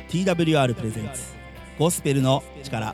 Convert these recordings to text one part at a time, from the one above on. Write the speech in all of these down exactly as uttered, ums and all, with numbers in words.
ティーダブリューアール プレゼンツゴスペルの力。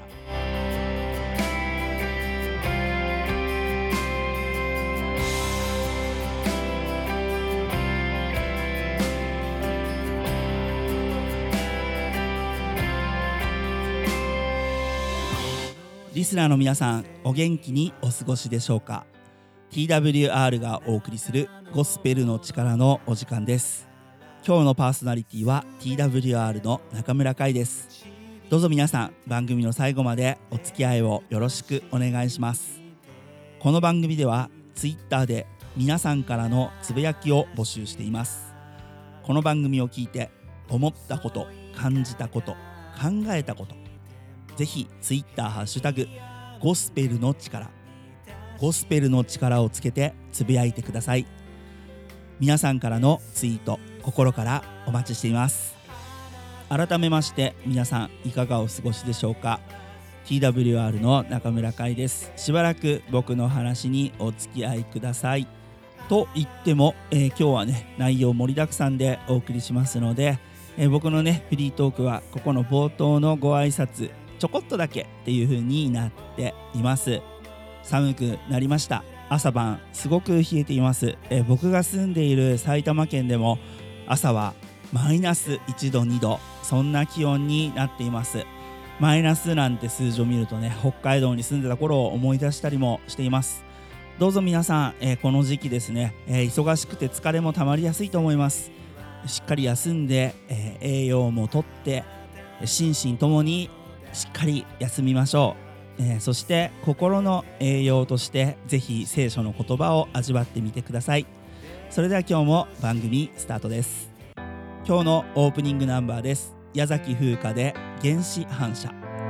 リスナーの皆さん、お元気にお過ごしでしょうか。 ティーダブリューアール がお送りするゴスペルの力のお時間です。今日のパーソナリティは ティーダブリューアール の中村海です。どうぞ皆さん、番組の最後までお付き合いをよろしくお願いします。この番組ではツイッターで皆さんからのつぶやきを募集しています。この番組を聞いて思ったこと、感じたこと、考えたこと、ぜひツイッターハッシュタグゴスペルの力、ゴスペルの力をつけてつぶやいてください。皆さんからのツイート、心からお待ちしています。改めまして皆さん、いかがお過ごしでしょうか。 ティーダブリューアール の中村海です。しばらく僕の話にお付き合いください。と言っても、えー、今日はね、内容盛りだくさんでお送りしますので、えー、僕のねフリートークはここの冒頭のご挨拶ちょこっとだけっていう風になっています。寒くなりました。朝晩すごく冷えています。え僕が住んでいる埼玉県でも朝はマイナスいちどにど、そんな気温になっています。マイナスなんて数字を見るとね、北海道に住んでた頃を思い出したりもしています。どうぞ皆さん、えー、この時期ですね、えー、忙しくて疲れもたまりやすいと思います。しっかり休んで、えー、栄養もとって心身ともにしっかり休みましょう、えー、そして心の栄養としてぜひ聖書の言葉を味わってみてください。それでは今日も番組スタートです。今日のオープニングナンバーです。矢崎風花で原子反射。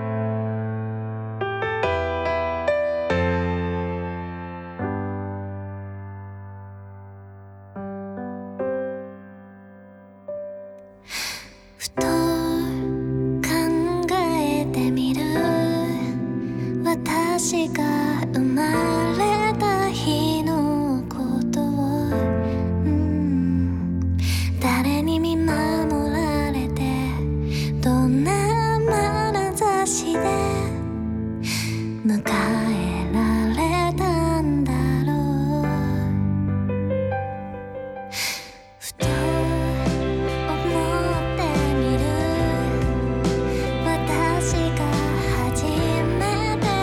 私が生まれた日のことを、うん、誰に見守られて、どんな眼差しで迎えられたんだろう。ふと思ってみる、私が初めて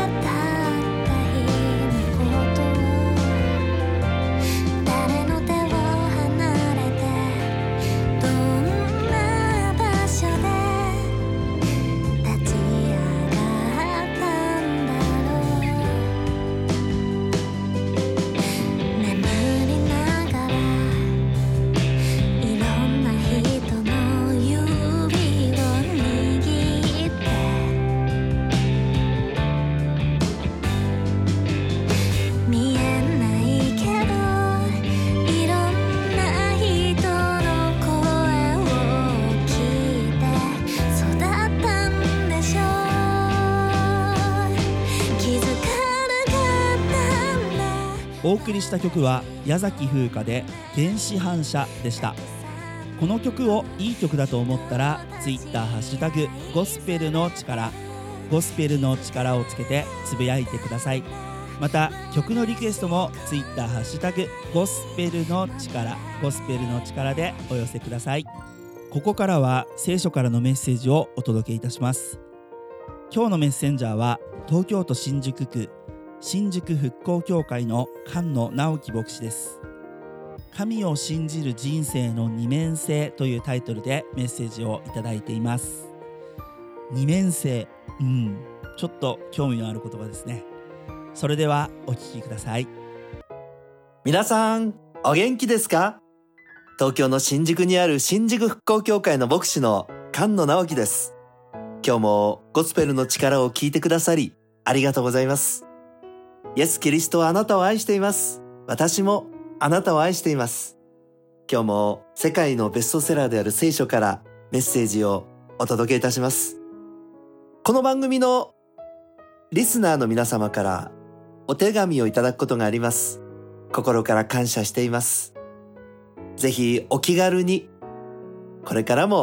お送りした曲は矢崎風花で原子反射でした。この曲をいい曲だと思ったらツイッターハッシュタグゴスペルの力、ゴスペルの力をつけてつぶやいてください。また曲のリクエストもツイッターハッシュタグゴスペルの力、ゴスペルの力でお寄せください。ここからは聖書からのメッセージをお届けいたします。今日のメッセンジャーは東京都新宿区新宿復興協会の菅野直樹牧師です。神を信じる人生の二面性というタイトルでメッセージをいただいています。二面性、うん、ちょっと興味のある言葉ですね。それではお聞きください。 皆さん、お元気ですか？東京の新宿にある新宿復興協会の牧師の菅野直樹です。今日もゴスペルの力を聞いてくださりありがとうございます。イエス・キリストはあなたを愛しています。私もあなたを愛しています。今日も世界のベストセラーである聖書からメッセージをお届けいたします。この番組のリスナーの皆様からお手紙をいただくことがあります。心から感謝しています。ぜひお気軽にこれからも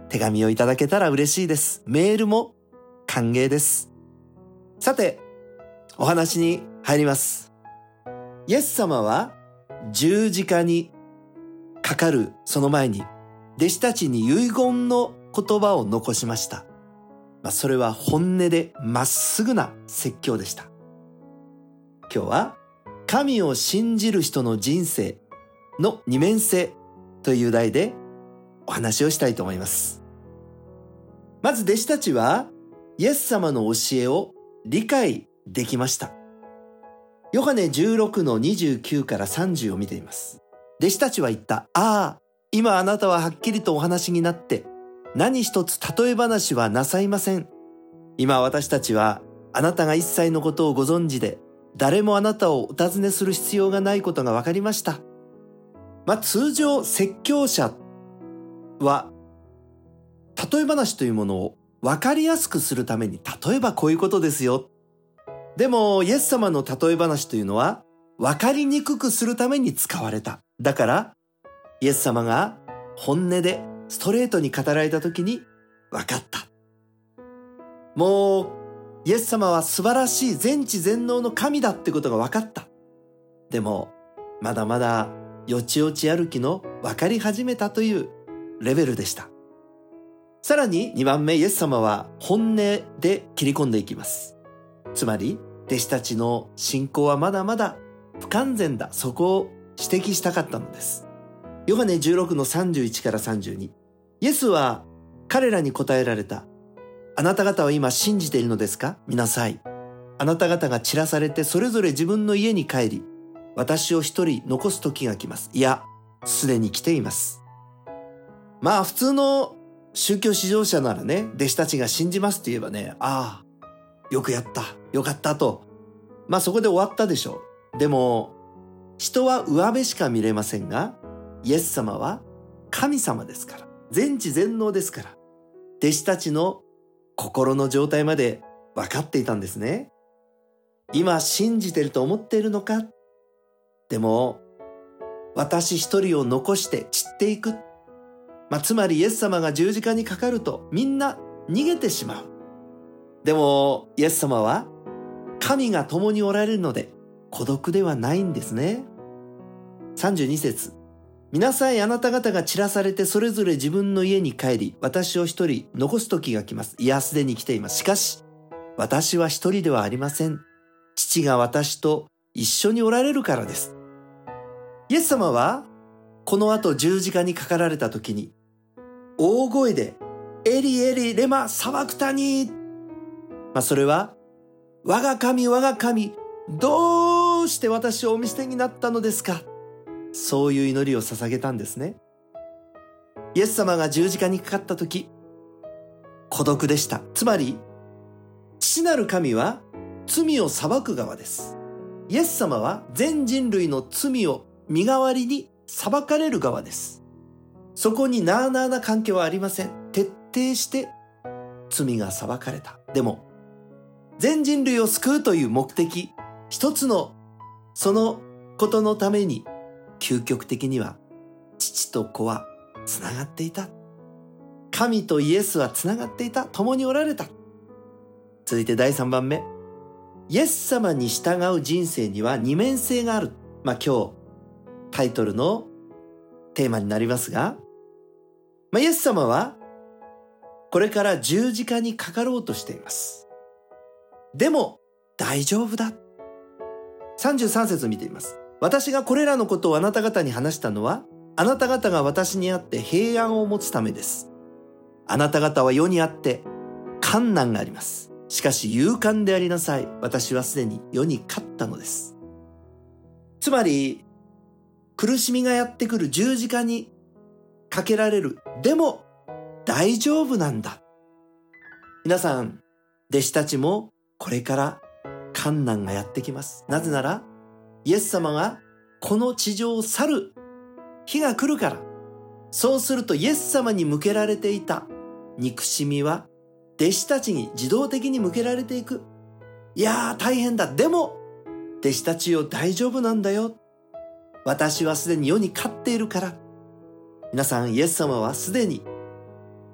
手紙をいただけたら嬉しいです。メールも歓迎です。さて、お話に入ります。イエス様は十字架にかかるその前に弟子たちに遺言の言葉を残しました。まあ、それは本音でまっすぐな説教でした。今日は神を信じる人の人生の二面性という題でお話をしたいと思います。まず弟子たちはイエス様の教えを理解できました。ヨハネじゅうろくのにじゅうきゅうからさんじゅうを見ています。弟子たちは言った。ああ、今あなたははっきりとお話になって何一つ例え話はなさいません。今私たちはあなたが一切のことをご存知で、誰もあなたをお尋ねする必要がないことが分かりました。まあ通常説教者は例え話というものを分かりやすくするために、例えばこういうことですよ。でもイエス様の例え話というのは分かりにくくするために使われた。だからイエス様が本音でストレートに語られた時に分かった。もうイエス様は素晴らしい全知全能の神だってことが分かった。でもまだまだよちよち歩きの分かり始めたというレベルでした。さらににばんめ、イエス様は本音で切り込んでいきます。つまり弟子たちの信仰はまだまだ不完全だ、そこを指摘したかったのです。ヨハネじゅうろくのさんじゅういちからさんじゅうに、イエスは彼らに答えられた。あなた方は今信じているのですか？見なさい。あなた方が散らされてそれぞれ自分の家に帰り、私を一人残す時が来ます。いや、すでに来ています。まあ普通の宗教指導者ならね、弟子たちが信じますと言えばね、ああ、よくやった、よかったと、まあそこで終わったでしょう。でも、人は上辺しか見れませんが、イエス様は神様ですから、全知全能ですから、弟子たちの心の状態まで分かっていたんですね。今信じてると思っているのか？でも、私一人を残して散っていく。まあ、つまりイエス様が十字架にかかるとみんな逃げてしまう。でもイエス様は神が共におられるので孤独ではないんですね。さんじゅうに節、見なさい、あなた方が散らされてそれぞれ自分の家に帰り、私を一人残す時が来ます。いや、すでに来ています。しかし私は一人ではありません。父が私と一緒におられるからです。イエス様はこの後十字架にかかられた時に大声でエリエリレマサバクタニ、まあそれは我が神我が神どうして私をお見捨てになったのですか、そういう祈りを捧げたんですね。イエス様が十字架にかかった時、孤独でした。つまり父なる神は罪を裁く側です。イエス様は全人類の罪を身代わりに裁かれる側です。そこになあなあな関係はありません。徹底して罪が裁かれた。でも全人類を救うという目的、一つのそのことのために究極的には父と子はつながっていた。神とイエスはつながっていた。共におられた。続いてだいさんばんめ、イエス様に従う人生には二面性がある。まあ今日タイトルのテーマになりますが、まあ、イエス様はこれから十字架にかかろうとしています。でも大丈夫だ。さんじゅうさん節を見ています。私がこれらのことをあなた方に話したのは、あなた方が私にあって平安を持つためです。あなた方は世にあって困難があります。しかし勇敢でありなさい。私はすでに世に勝ったのです。つまり苦しみがやってくる、十字架にかけられる。でも大丈夫なんだ。皆さん、弟子たちもこれから困難がやってきます。なぜならイエス様がこの地上を去る日が来るから。そうするとイエス様に向けられていた憎しみは弟子たちに自動的に向けられていく。いやー大変だ。でも弟子たちよ、大丈夫なんだよ。私はすでに世に勝っているから。皆さん、イエス様はすでに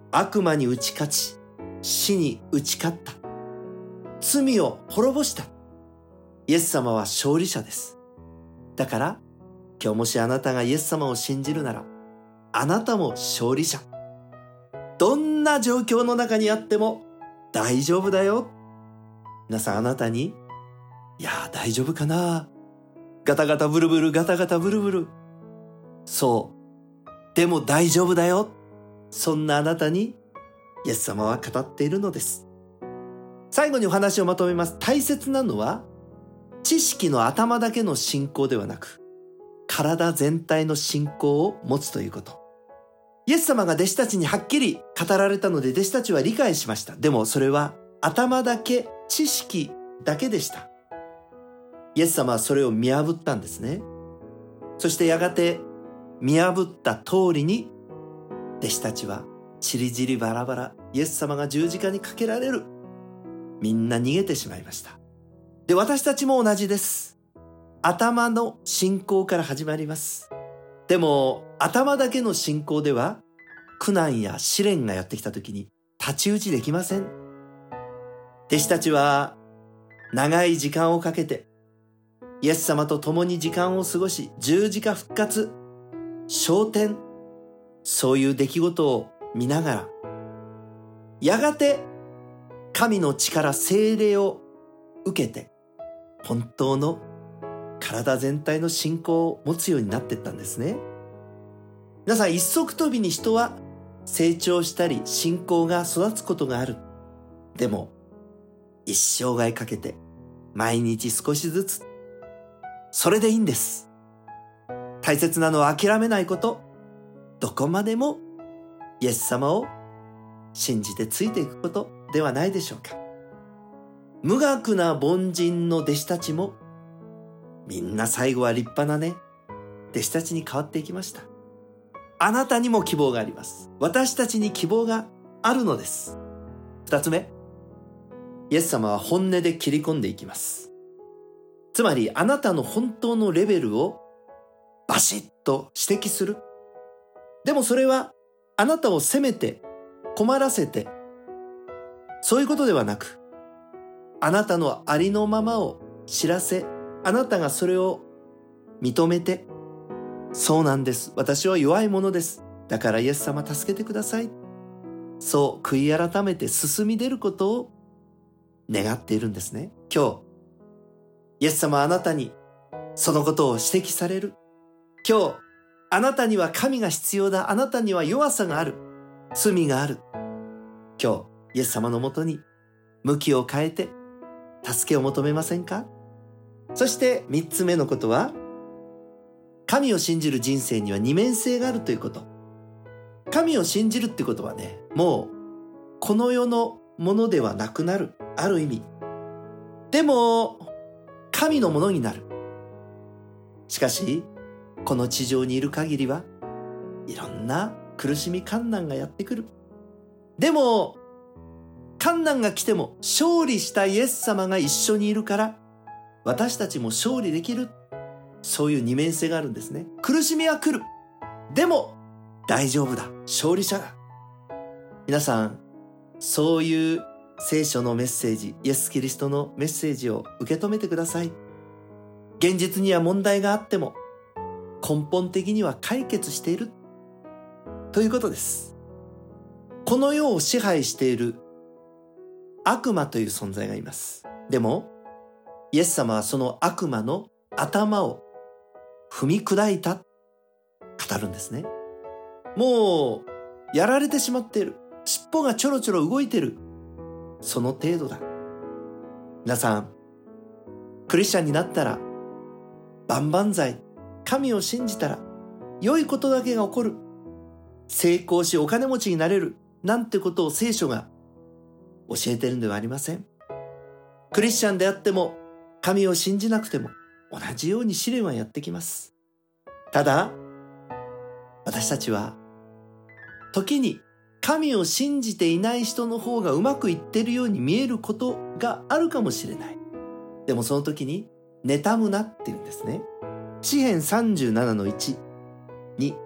悪魔に打ち勝ち、死に打ち勝った。罪を滅ぼした。イエス様は勝利者です。だから、今日もしあなたがイエス様を信じるなら、あなたも勝利者。どんな状況の中にあっても大丈夫だよ。皆さん、あなたに、いやー大丈夫かな、ガタガタブルブルガタガタブルブル、そうでも大丈夫だよ、そんなあなたにイエス様は語っているのです。最後にお話をまとめます。大切なのは知識の頭だけの信仰ではなく、体全体の信仰を持つということ。イエス様が弟子たちにはっきり語られたので、弟子たちは理解しました。でもそれは頭だけ、知識だけでした。イエス様はそれを見破ったんですね。そしてやがて見破った通りに、弟子たちはちりぢりバラバラ、イエス様が十字架にかけられる、みんな逃げてしまいました。で、私たちも同じです。頭の信仰から始まります。でも頭だけの信仰では、苦難や試練がやってきた時に太刀打ちできません。弟子たちは長い時間をかけてイエス様と共に時間を過ごし、十字架復活、昇天、そういう出来事を見ながら、やがて神の力、聖霊を受けて、本当の体全体の信仰を持つようになっていったんですね。皆さん、一足飛びに人は成長したり信仰が育つことがある。でも一生涯かけて毎日少しずつ、それでいいんです。大切なのは諦めないこと。どこまでもイエス様を信じてついていくことではないでしょうか。無学な凡人の弟子たちもみんな最後は立派なね、弟子たちに変わっていきました。あなたにも希望があります。私たちに希望があるのです。二つ目、イエス様は本音で切り込んでいきます。つまり、あなたの本当のレベルをバシッと指摘する。でもそれはあなたを責めて困らせて、そういうことではなく、あなたのありのままを知らせ、あなたがそれを認めて、そうなんです、私は弱いものです、だからイエス様助けてください、そう悔い改めて進み出ることを願っているんですね。今日イエス様はあなたにそのことを指摘される。今日あなたには神が必要だ、あなたには弱さがある、罪がある。今日イエス様のもとに向きを変えて助けを求めませんか。そして三つ目のことは、神を信じる人生には二面性があるということ。神を信じるってことはね、もうこの世のものではなくなる、ある意味。でも神のものになる。しかしこの地上にいる限りはいろんな苦しみ困難がやってくる。でも困難が来ても勝利したイエス様が一緒にいるから、私たちも勝利できる。そういう二面性があるんですね。苦しみは来る。でも大丈夫だ。勝利者だ。皆さん、そういう聖書のメッセージ、イエス・キリストのメッセージを受け止めてください。現実には問題があっても、根本的には解決しているということです。この世を支配している悪魔という存在がいます。でもイエス様はその悪魔の頭を踏み砕いた語るんですね。もうやられてしまっている、尻尾がちょろちょろ動いている、その程度だ。皆さん、クリスチャンになったら万々歳、神を信じたら良いことだけが起こる、成功しお金持ちになれるなんてことを聖書が教えているのではありません。クリスチャンであっても神を信じなくても同じように試練はやってきます。ただ私たちは時に神を信じていない人の方がうまくいっているように見えることがあるかもしれない。でもその時に妬むなっていうんですね。詩編さんじゅうななのいちに、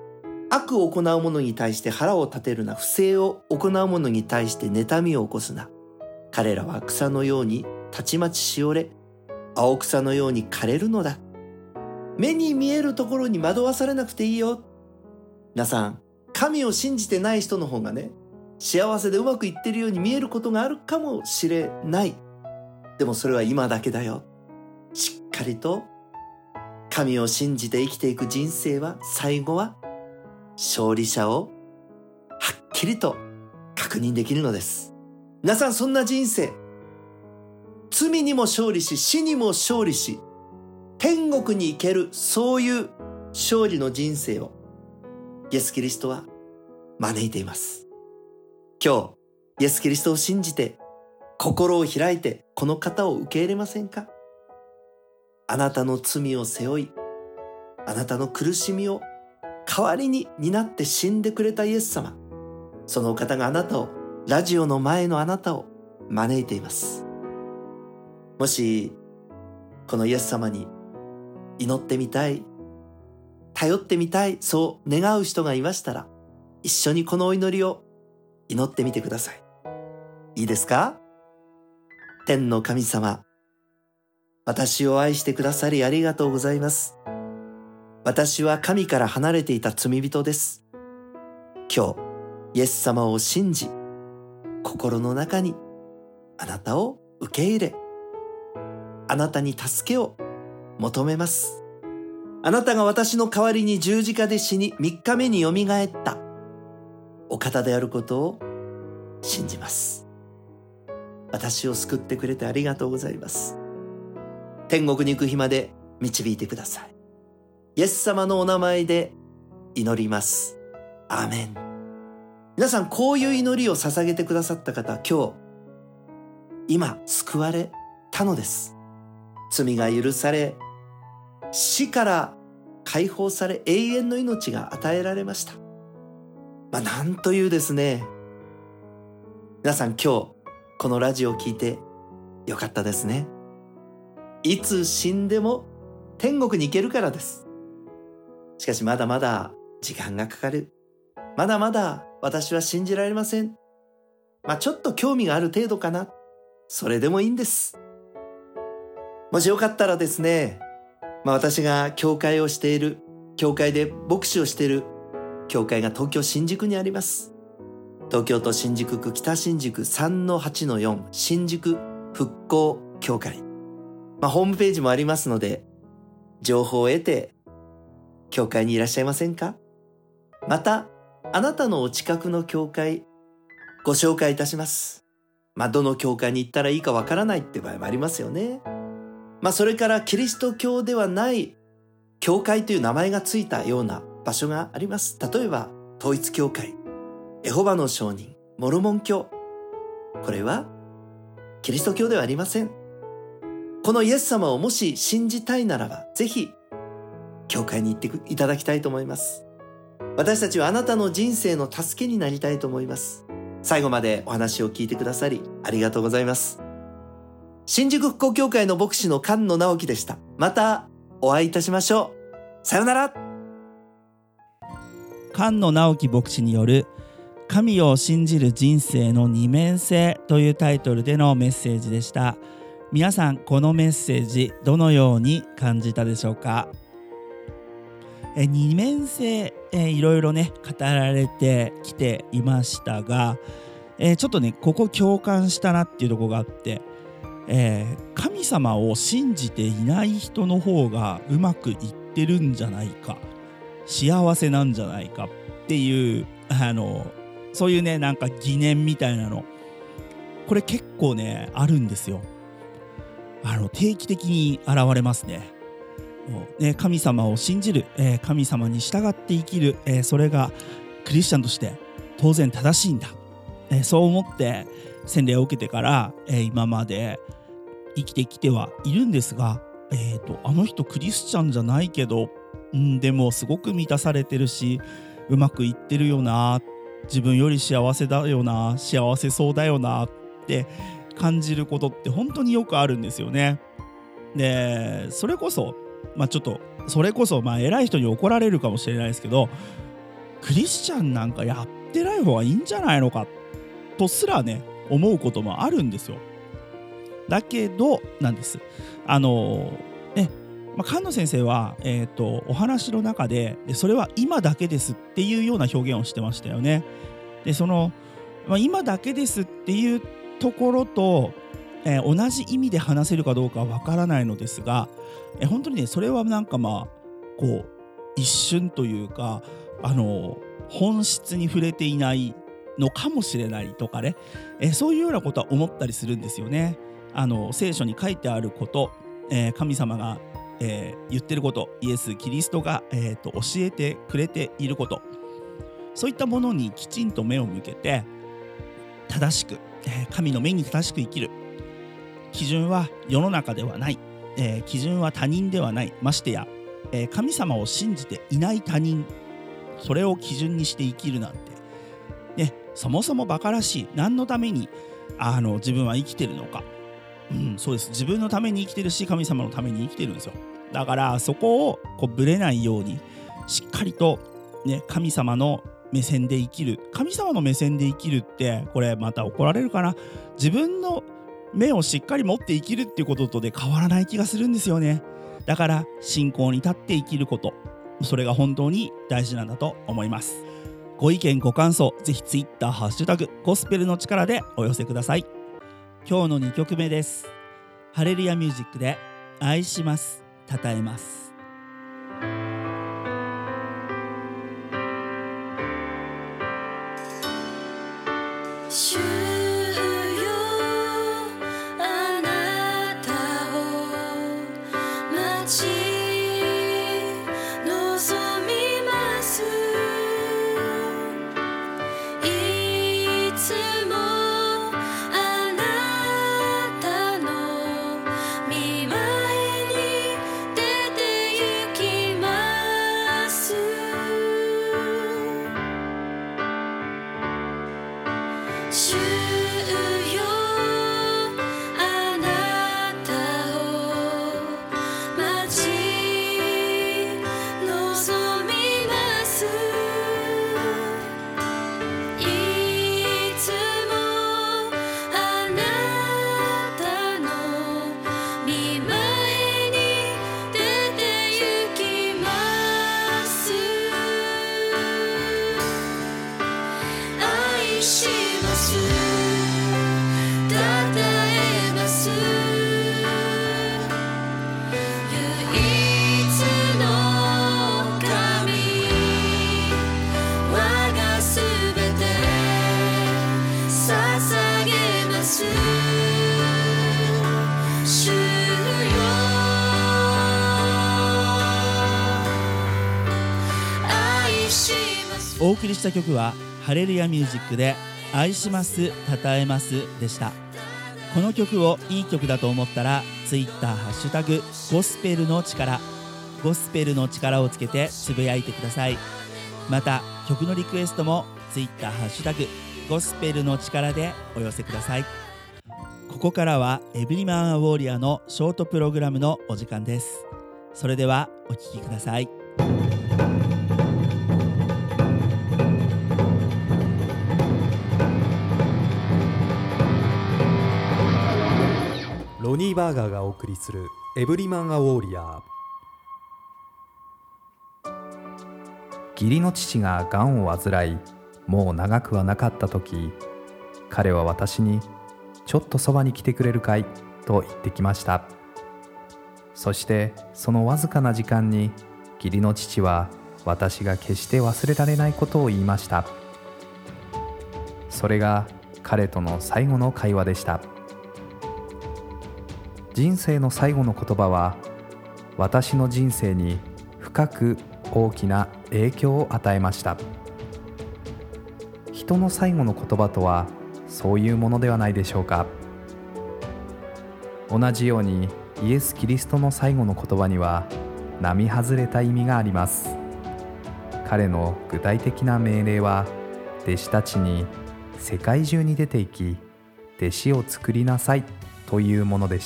悪を行う者に対して腹を立てるな。不正を行う者に対して妬みを起こすな。彼らは草のようにたちまちしおれ、青草のように枯れるのだ。目に見えるところに惑わされなくていいよ。皆さん、神を信じてない人の方がね、幸せでうまくいってるように見えることがあるかもしれない。でもそれは今だけだよ。しっかりと神を信じて生きていく人生は、最後は勝利者をはっきりと確認できるのです。皆さん、そんな人生、罪にも勝利し、死にも勝利し、天国に行ける、そういう勝利の人生をイエス・キリストは招いています。今日イエス・キリストを信じて心を開いてこの方を受け入れませんか？あなたの罪を背負い、あなたの苦しみを代わりに担って死んでくれたイエス様、その方があなたを、ラジオの前のあなたを招いています。もしこのイエス様に祈ってみたい、頼ってみたい、そう願う人がいましたら、一緒にこのお祈りを祈ってみてください。いいですか？天の神様、私を愛してくださりありがとうございます。私は神から離れていた罪人です。今日イエス様を信じ、心の中にあなたを受け入れ、あなたに助けを求めます。あなたが私の代わりに十字架で死に、三日目によみがえったお方であることを信じます。私を救ってくれてありがとうございます。天国に行く日まで導いてください。イエス様のお名前で祈ります。アーメン。皆さん、こういう祈りを捧げてくださった方、今日今救われたのです。罪が許され、死から解放され、永遠の命が与えられました。まあ、なんというですね。皆さん、今日このラジオを聞いてよかったですね。いつ死んでも天国に行けるからです。しかしまだまだ時間がかかる。まだまだ私は信じられません。まあ、ちょっと興味がある程度かな。それでもいいんです。もしよかったらですね、まあ、私が教会をしている、教会で牧師をしている教会が東京新宿にあります。東京都新宿区北新宿 さんのはちのよん 新宿復興教会。まあ、ホームページもありますので、情報を得て教会にいらっしゃいませんか？また、あなたのお近くの教会ご紹介いたします。まあ、どの教会に行ったらいいかわからないって場合もありますよね。まあ、それからキリスト教ではない教会という名前がついたような場所があります。例えば統一教会、エホバの証人、モルモン教。これはキリスト教ではありません。このイエス様をもし信じたいならば、ぜひ教会に行っていただきたいと思います。私たちはあなたの人生の助けになりたいと思います。最後までお話を聞いてくださりありがとうございます。新宿復興教会の牧師の菅野直樹でした。またお会いいたしましょう。さよなら。 菅野直樹牧師による神を信じる人生の二面性というタイトルでのメッセージでした。皆さん、このメッセージどのように感じたでしょうか？え二面性、えいろいろね語られてきていましたが、えちょっとねここ共感したなっていうところがあって、えー、神様を信じていない人の方がうまくいってるんじゃないか、幸せなんじゃないかっていう、あのそういうねなんか疑念みたいなの、これ結構ねあるんですよ。あの定期的に現れますね。もうね、神様を信じる、えー、神様に従って生きる、えー、それがクリスチャンとして当然正しいんだ、えー、そう思って洗礼を受けてから、えー、今まで生きてきてはいるんですが、えーと、あの人クリスチャンじゃないけど、うん、でもすごく満たされてるしうまくいってるよな、自分より幸せだよな、幸せそうだよなって感じることって本当によくあるんですよね。でそれこそまあちょっとそれこそまあ偉い人に怒られるかもしれないですけど、 クリスチャンなんかやってない方がいいんじゃないのかとすらね思うこともあるんですよ。だけどなんですあのねまあ、菅野先生は、えーと、お話の中でそれは今だけですっていうような表現をしてましたよね。でその、まあ、今だけですっていうところと、えー、同じ意味で話せるかどうかはわからないのですが、えー、本当にねそれはなんかまあこう一瞬というかあの本質に触れていないのかもしれないとかね、えー、そういうようなことは思ったりするんですよね。あの聖書に書いてあること、えー、神様がえー、言ってること、イエス・キリストが、えー、と教えてくれていること、そういったものにきちんと目を向けて正しく、えー、神の目に正しく生きる基準は世の中ではない、えー、基準は他人ではない、ましてや、えー、神様を信じていない他人、それを基準にして生きるなんて、ね、そもそもバカらしい。何のためにあの自分は生きてるのか。うん、そうです。自分のために生きてるし、神様のために生きてるんですよ。だからそこをこうぶれないようにしっかりと、ね、神様の目線で生きる。神様の目線で生きるってこれまた怒られるかな。自分の目をしっかり持って生きるっていうこととで変わらない気がするんですよね。だから信仰に立って生きること、それが本当に大事なんだと思います。ご意見ご感想、ぜひツイッターハッシュタグゴスペルの力でお寄せください。今日のにきょくめです。ハレルヤミュージックで愛します、たたえます。 主よあなたを待ち望みます。いつもあなたの御前に出て行きます。主よあなたを待ち望みます。いつもあなたの御前に出て行きます。愛しますたたえます。唯一の神、我がすべて捧げます。主よ愛します。 お送りした曲はハレルヤミュージックで愛します、たたえますでした。この曲をいい曲だと思ったらツイッターハッシュタグゴスペルの力、ゴスペルの力をつけてつぶやいてください。また曲のリクエストもツイッターハッシュタグゴスペルの力でお寄せください。ここからはエブリマンアウォーリアのショートプログラムのお時間です。それではお聴きください。 ロニー・バーガーがお送りするエブリマン・ア・ウォーリアー。義理の父ががんを患い、もう長くはなかった時、彼は私にちょっとそばに来てくれるかいと言ってきました。そしてそのわずかな時間に義理の父は私が決して忘れられないことを言いました。それが彼との最後の会話でした。人生の最後の言葉は私の人生に深く大きな影響を与えました。人の最後の言葉とはそういうものではないでしょうか。同じようにイエス・キリストの最後の言葉には並外れた意味があります。彼の具体的な命令は弟子たちに世界中に出て行き弟子を作りなさいというものでした。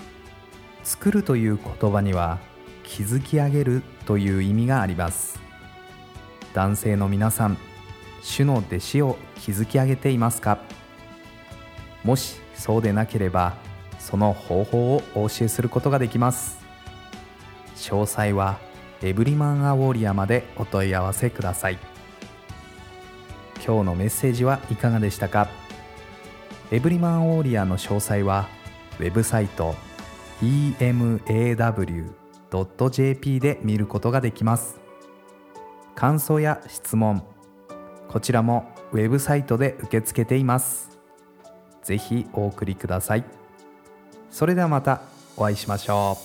作るという言葉には築き上げるという意味があります。 男性の皆さん、主の弟子を築き上げていますか？もしそうでなければ、その方法をお教えすることができます。詳細はエブリマンアウォーリアまでお問い合わせください。今日のメッセージはいかがでしたか？エブリマンアウォーリアの詳細はウェブサイト イーエムエーダブリュードットジェーピー で見ることができます。感想や質問、こちらもウェブサイトで受け付けています。ぜひお送りください。それではまたお会いしましょ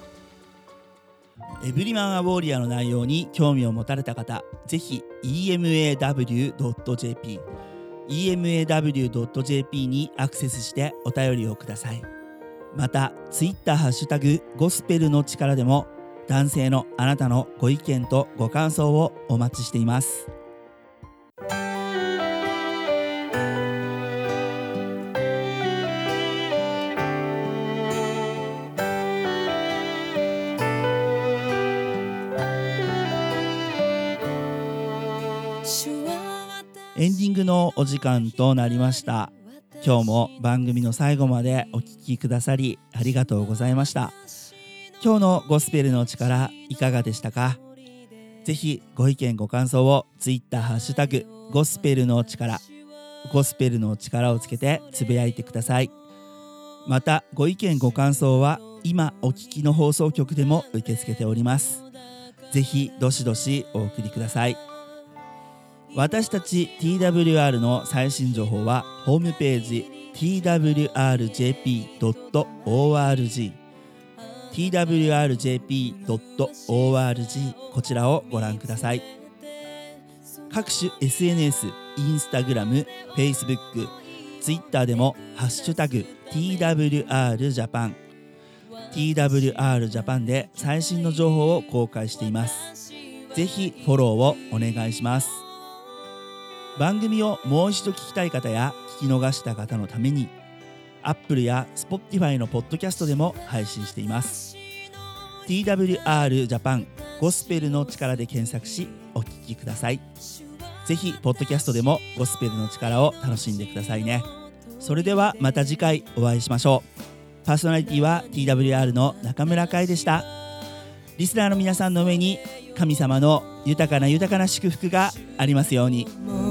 エブリマンアウォーリアの内容に興味を持たれた方、ぜひ イーエムエーダブリュードットジェーピー イーエムエーダブリュードットジェーピー にアクセスしてお便りをください。またツイッターハッシュタグゴスペルの力でも男性のあなたのご意見とご感想をお待ちしています。エンディングのお時間となりました。今日も番組の最後までお聞きくださりありがとうございました。今日のゴスペルの力いかがでしたか？ぜひご意見ご感想をツイッターハッシュタグゴスペルの力、ゴスペルの力をつけてつぶやいてください。またご意見ご感想は今お聞きの放送局でも受け付けております。ぜひどしどしお送りください。私たち ティーダブリューアール の最新情報はホームページ ティーダブリューアールジェーピードットオーアールジー ティーダブリューアールジェーピードットオーアールジー こちらをご覧ください。各種 エスエヌエス、インスタグラム、フェイスブック、ツイッターでもハッシュタグ ティーダブリューアールジャパン ティーダブリューアールジャパンで最新の情報を公開しています。ぜひフォローをお願いします。番組をもう一度聞きたい方や聞き逃した方のために Apple や Spotify のポッドキャストでも配信しています。 ティーダブリューアール ジャパンゴスペルの力で検索しお聞きください。ぜひポッドキャストでもゴスペルの力を楽しんでくださいね。それではまた次回お会いしましょう。パーソナリティは ティーダブリューアール の中村海でした。リスナーの皆さんの上に神様の豊かな豊かな祝福がありますように。